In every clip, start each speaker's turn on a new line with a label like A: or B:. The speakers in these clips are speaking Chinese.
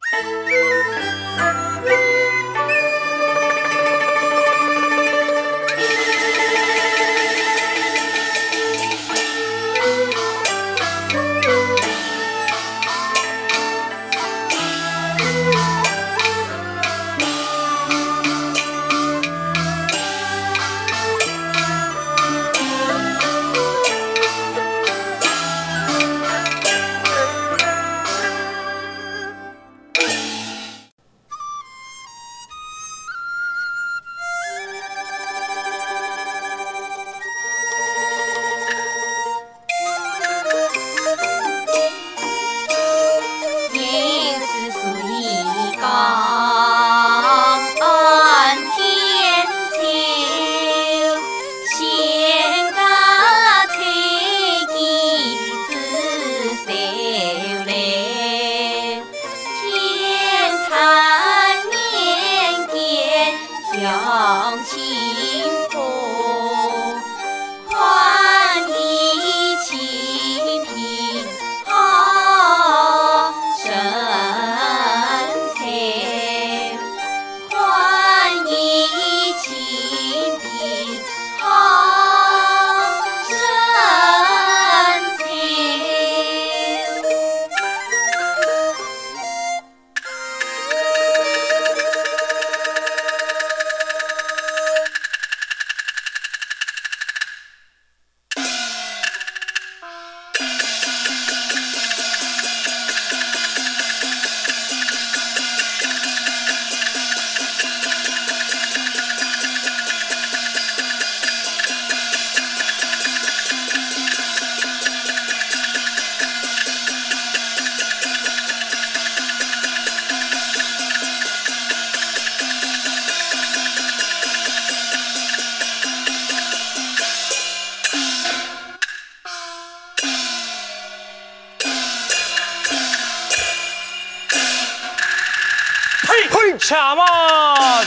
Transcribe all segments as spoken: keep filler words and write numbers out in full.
A: 且慢！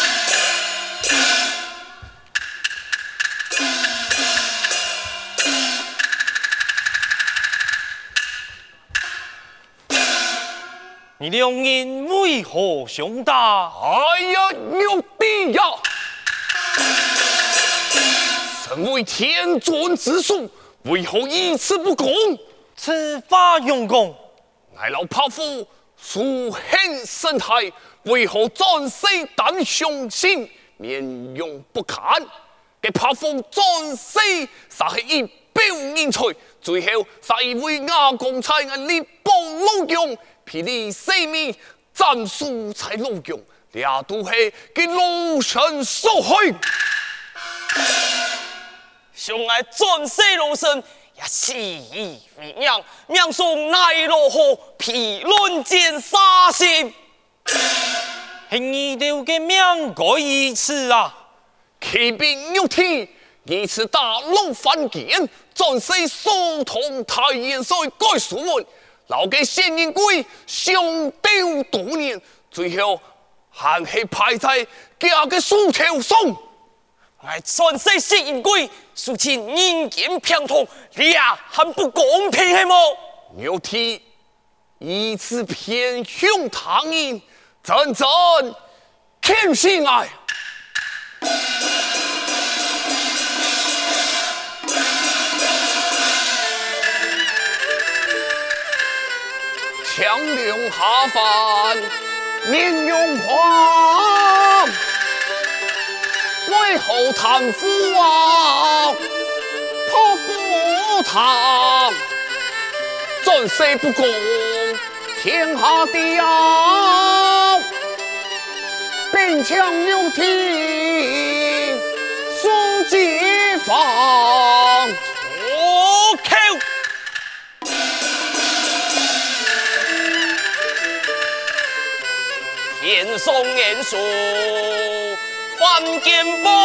A: 你两人为何相打？
B: 哎呀，有地呀！身为天尊之属，为何以此不公？
A: 此法用功。
B: 乃老匹夫素恨生态，为何战死但雄心，面容不堪？给匹夫战死，杀去一表人才，最后杀一位亚公才眼力保老用，霹雳性命，战术才老用，俩都是给老臣所害。
C: 相爱战死老身。也死意为娘，娘送奈落河，披论剑杀心。
A: 兄弟丢嘅命该如此啊！
B: 骑兵有天，以此大路反见，战死疏通太元帅该书文，留给先人归，相丢多年，最后还是派在家嘅书条上。
C: 我全世先人归，事情人间平通，你也很不公平系么？
B: 有天以此偏向他人，真正欠心爱。强梁下凡，面容黄。为何贪腐啊？破腐堂，战死不公，天下地啊！兵强有天，书解放。
C: 我靠！天上言说。翻剑宝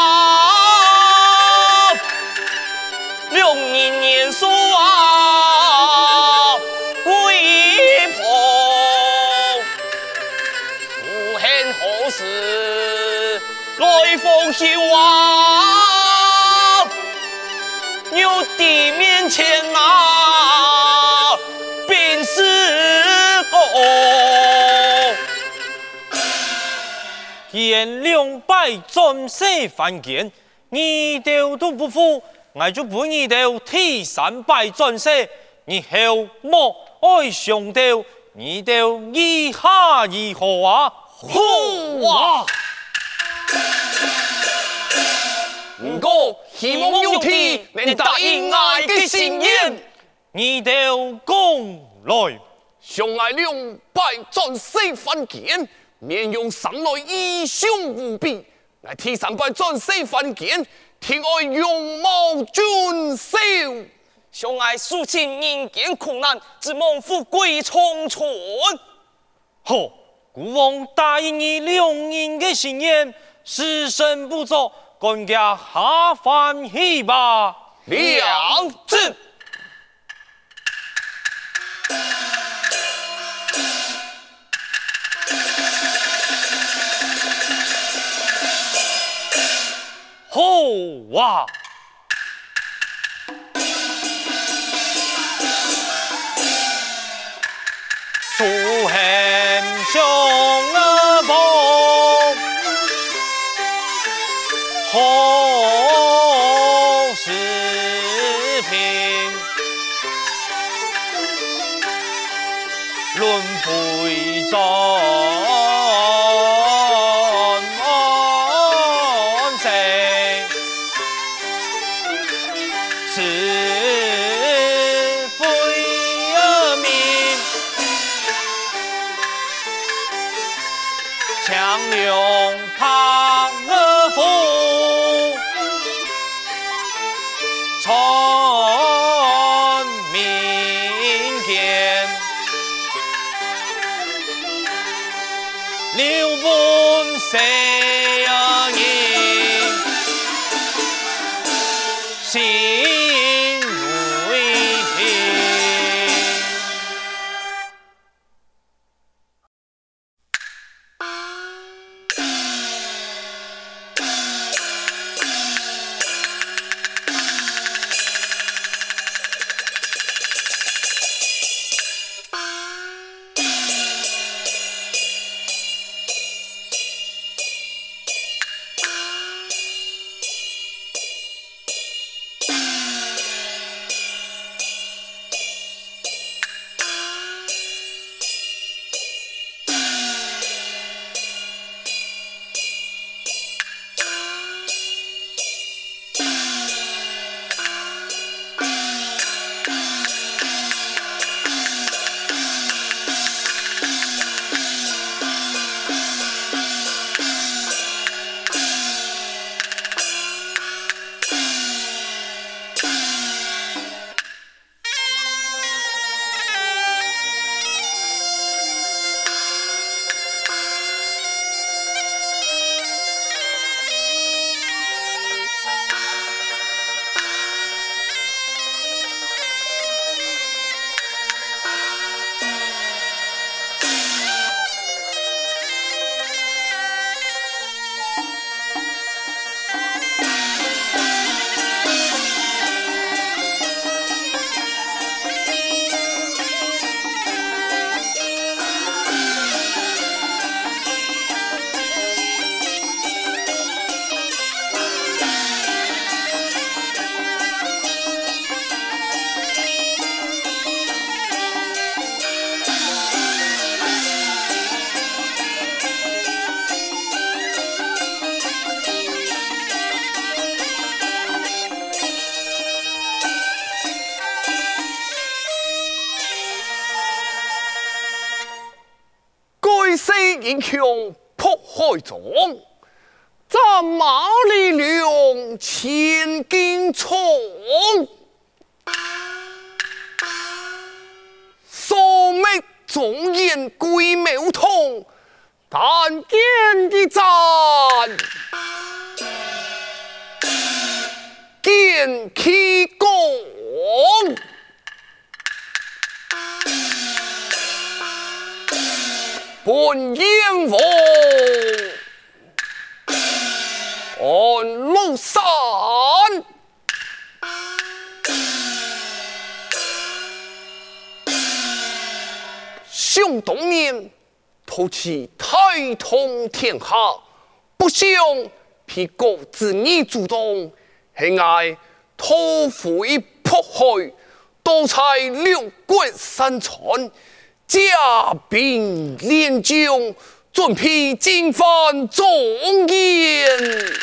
C: 啊，两人年数啊，归婆，无恨何时来丰收啊？有地面前啊，便是功。
A: 既然两败转世凡间，你哋都不服，我就陪你哋第三败转世，以后莫爱上吊，你哋以下如何啊？
C: 好啊！不过希望有天能答应我的心愿。
A: 你哋讲来。
B: 相爱两败转世凡间，面容生来异常无比。乃第三败转世凡间，天爱容貌俊秀。
C: 相爱数尽人间苦难，只望富贵长存。
A: 好，孤王答应你两人的心愿，死生不作，赶家下凡去吧。
C: 两字。
A: 好哇！苏汉兄儿梦，好视频，论杯中。强梁怕恶夫，传民间，刘本谁人心为
B: 英雄破海中，战马力量千斤重。素昧忠言归谬通，但见的战，见其功。本燕王安禄山，想当年，托起太通天下， 不想被国之你主动，喜爱托付一迫害，多采六国山川，甲兵连将，准备进犯中原。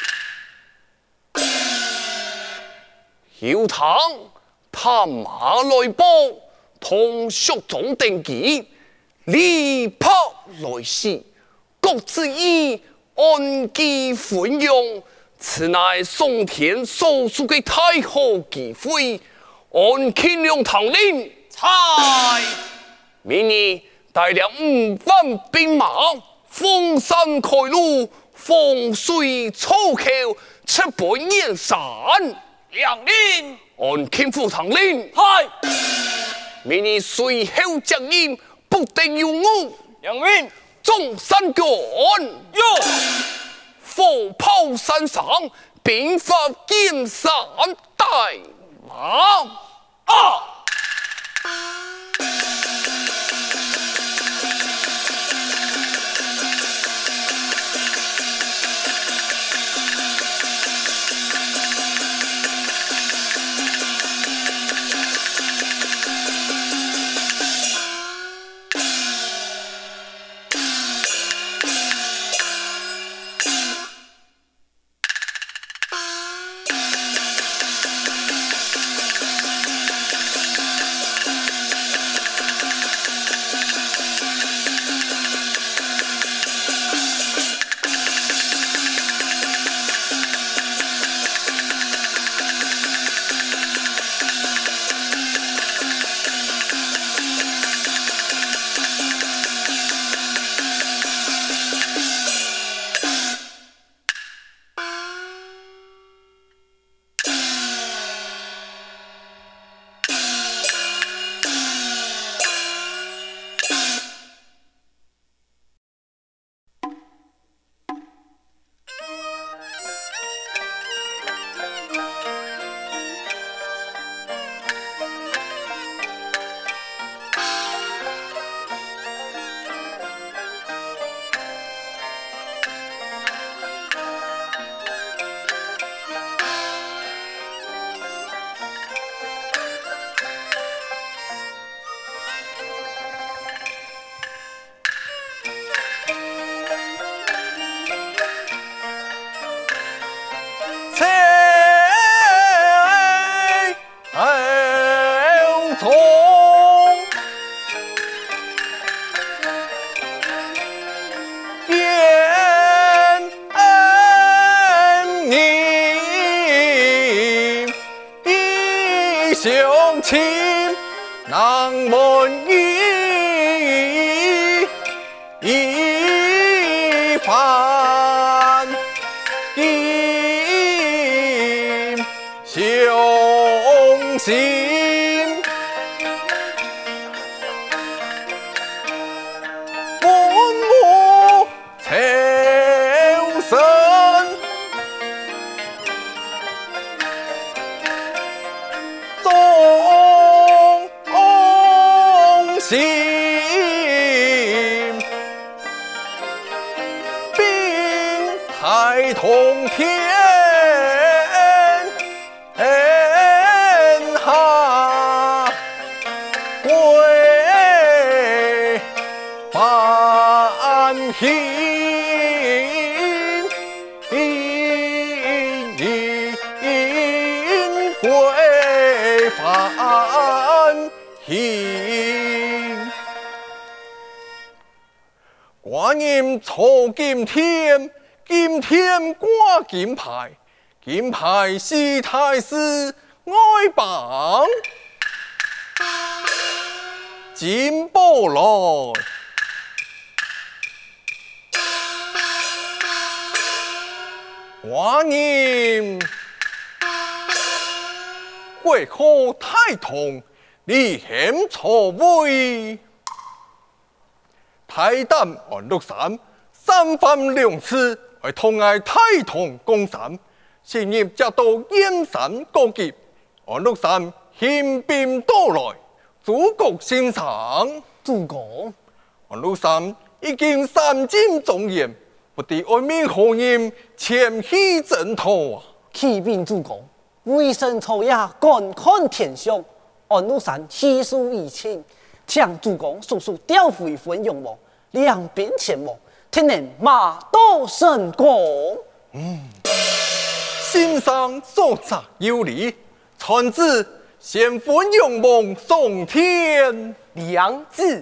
B: 有唐探马来报，同蜀中定计，李炮来袭，国之意按计分用，此乃宋田所属的太后机会，按钦用唐令。
C: 才
B: 明日带领五万兵马，封山开路，风水草寇，出奔燕山。
C: 两令，
B: 按钦府唐令。
C: 嗨，
B: 明日随后将应，不定有误。
C: 两令，
B: 中山卷，
C: 哟，
B: 火炮山上，兵发剑山带马。
C: 啊！
A: 相亲难问一一番，今相心，父母求生。心并排同天下，为万幸。归万幸。观音错金天，金天挂金牌，金牌是太师爱榜，金宝来，观音贵可太同，你嫌错位。太胆安禄山，三番两次为同爱太同攻山，前日接到燕山告急，安禄山兴兵到来，诸国欣赏。
B: 主公，
A: 安禄山已经三进忠言，
D: 不敌外面何人前去征讨啊！
E: 启禀主公，微臣昨夜观看天象，安禄山气数已清，请主公速速调回分勇王，两兵前往，听能马到成功。
D: 心上所责有理，传旨先分勇王送天。
E: 良子。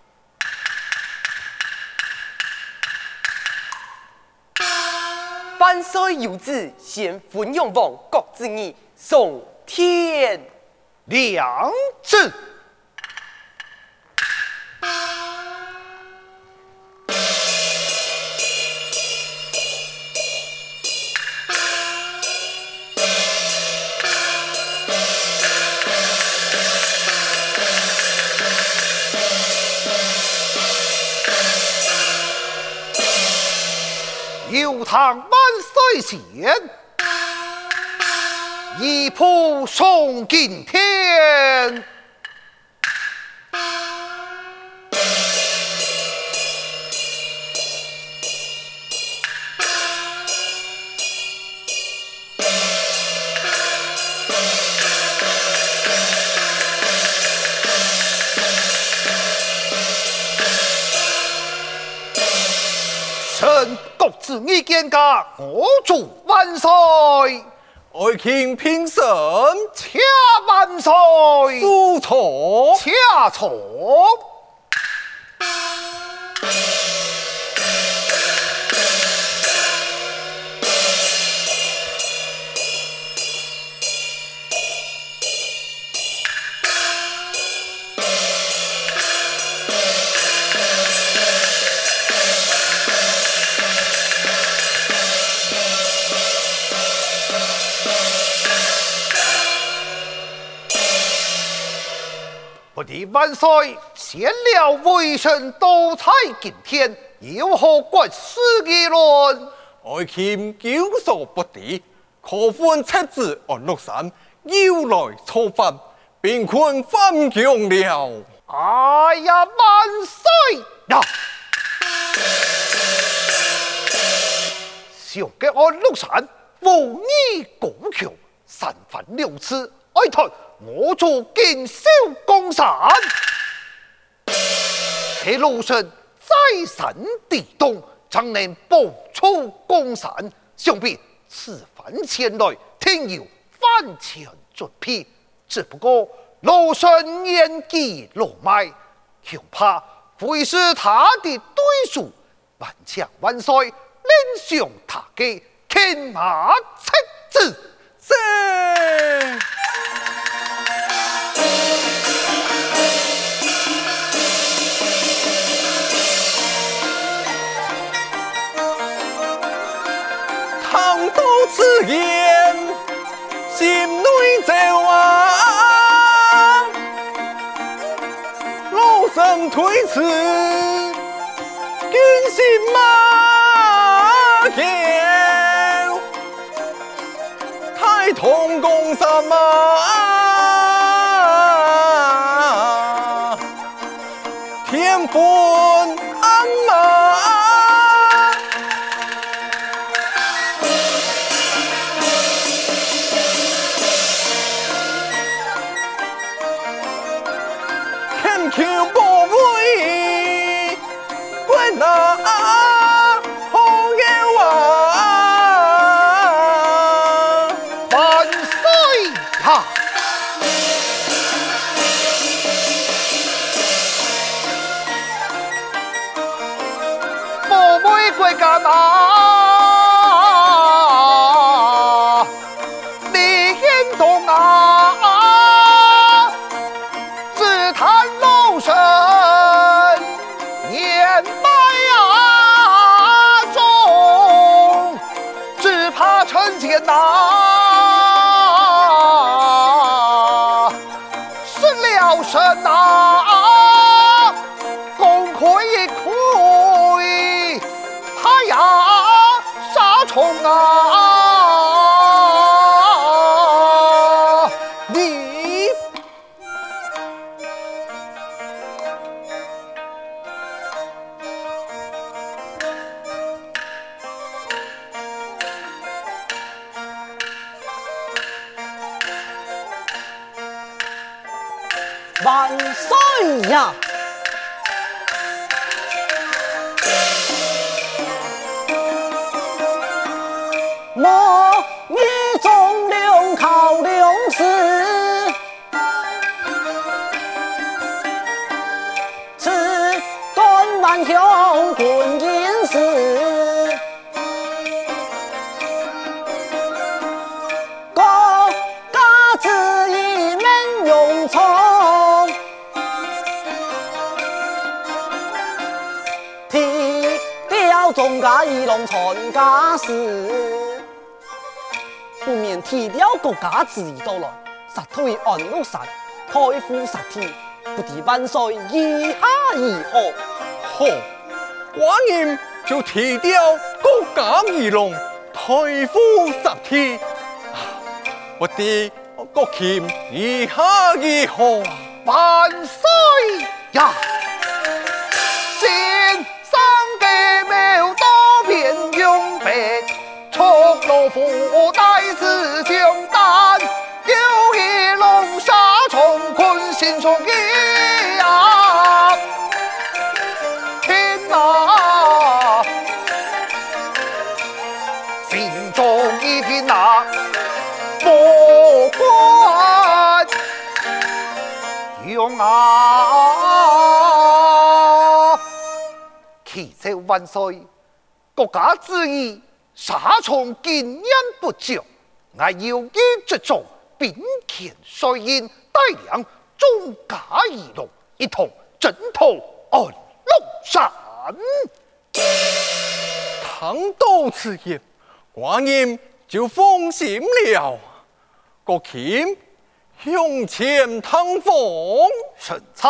E: 万岁有旨，先分勇王郭子仪送天。
F: 良子。有唐万岁贤，一仆送敬天。臣各自意见家，我祝万岁！
D: 爱卿平身，
F: 恰万岁！
D: 不错，
F: 恰错！不敌万岁，献了微臣多采敬天，有何怪事议论？
D: 爱卿有所不敌，可恨赤子安禄山又来错犯，兵困反强了。
F: 哎呀，万岁呀！上嘅安禄山无义过强，三番两次哀叹我做建修江山，黑路神再三地动，怎能报出江山？想必此番前来，天有万全准备，只不过罗神年纪老迈，恐怕会是他的对手。万强万岁，领上他嘅天马赤子。
D: 是。唐道此言，心内走啊，老身推辞，军心马叫，太通公山啊，天分安马。求不为关那好友啊，
F: 万岁呀！不为归干啊，李彦东啊，只谈老身年迈啊重，只怕臣前呐失了身呐，功亏亏，他呀杀虫啊！你
E: 万岁呀！莫以忠良靠良师，此断万兄滚阴事。国家之意免用从，提调中家义龙传家事。不免提掉国家之意到来，杀退安禄山，开赴杀天，不知万岁意下如何？
D: 好，寡人就提掉国家义龙，退赴杀天。不知国卿意下如何？
F: 万岁呀！先生嘅妙多便用白。出老虎带子将担，有一龙杀虫困心中一啊！天哪，心中一片那莫关勇啊！祈求万岁，国家之意。杀虫经验不足，我要一直做并肩率印，带领众家义龙一同征讨安禄山。
D: 唐道此言，寡人就放心了。国卿向前堂房，
F: 神采。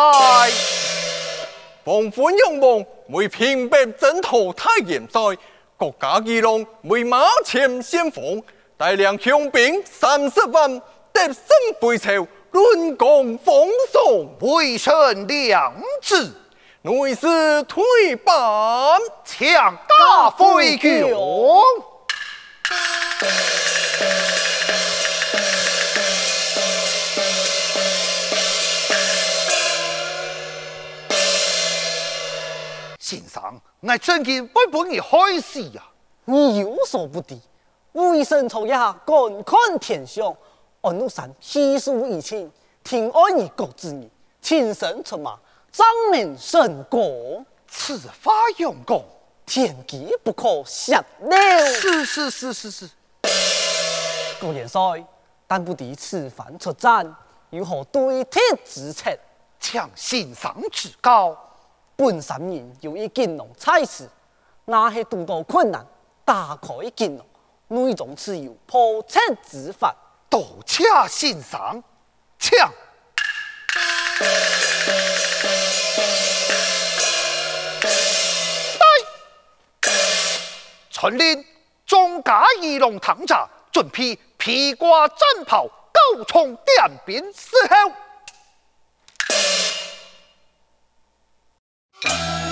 D: 防范勇猛，为平白征讨太元帅。国家义龙为马前先锋，带领雄兵三十万，得胜背朝，论功封赏，
F: 为臣良知，
D: 内侍退板，
F: 强大飞勇。先生，我真嘅不本而开始呀！
E: 你有所不知，微臣朝野观看天象，安禄山气数已尽，听安以国之意，亲身出马，彰明神功。
F: 此法用功，
E: 天机不可泄了。
F: 是是是是是。
E: 高元帅，但不敌此番出战，如何对天之策？
F: 请先生指教。
E: 本山人有一金龙差事，那是遇到困难，打开金龙，内中自有破策之法。
F: 多谢先生，请。来，传令中家义龙堂闸，准备披挂战袍，高冲点兵伺候。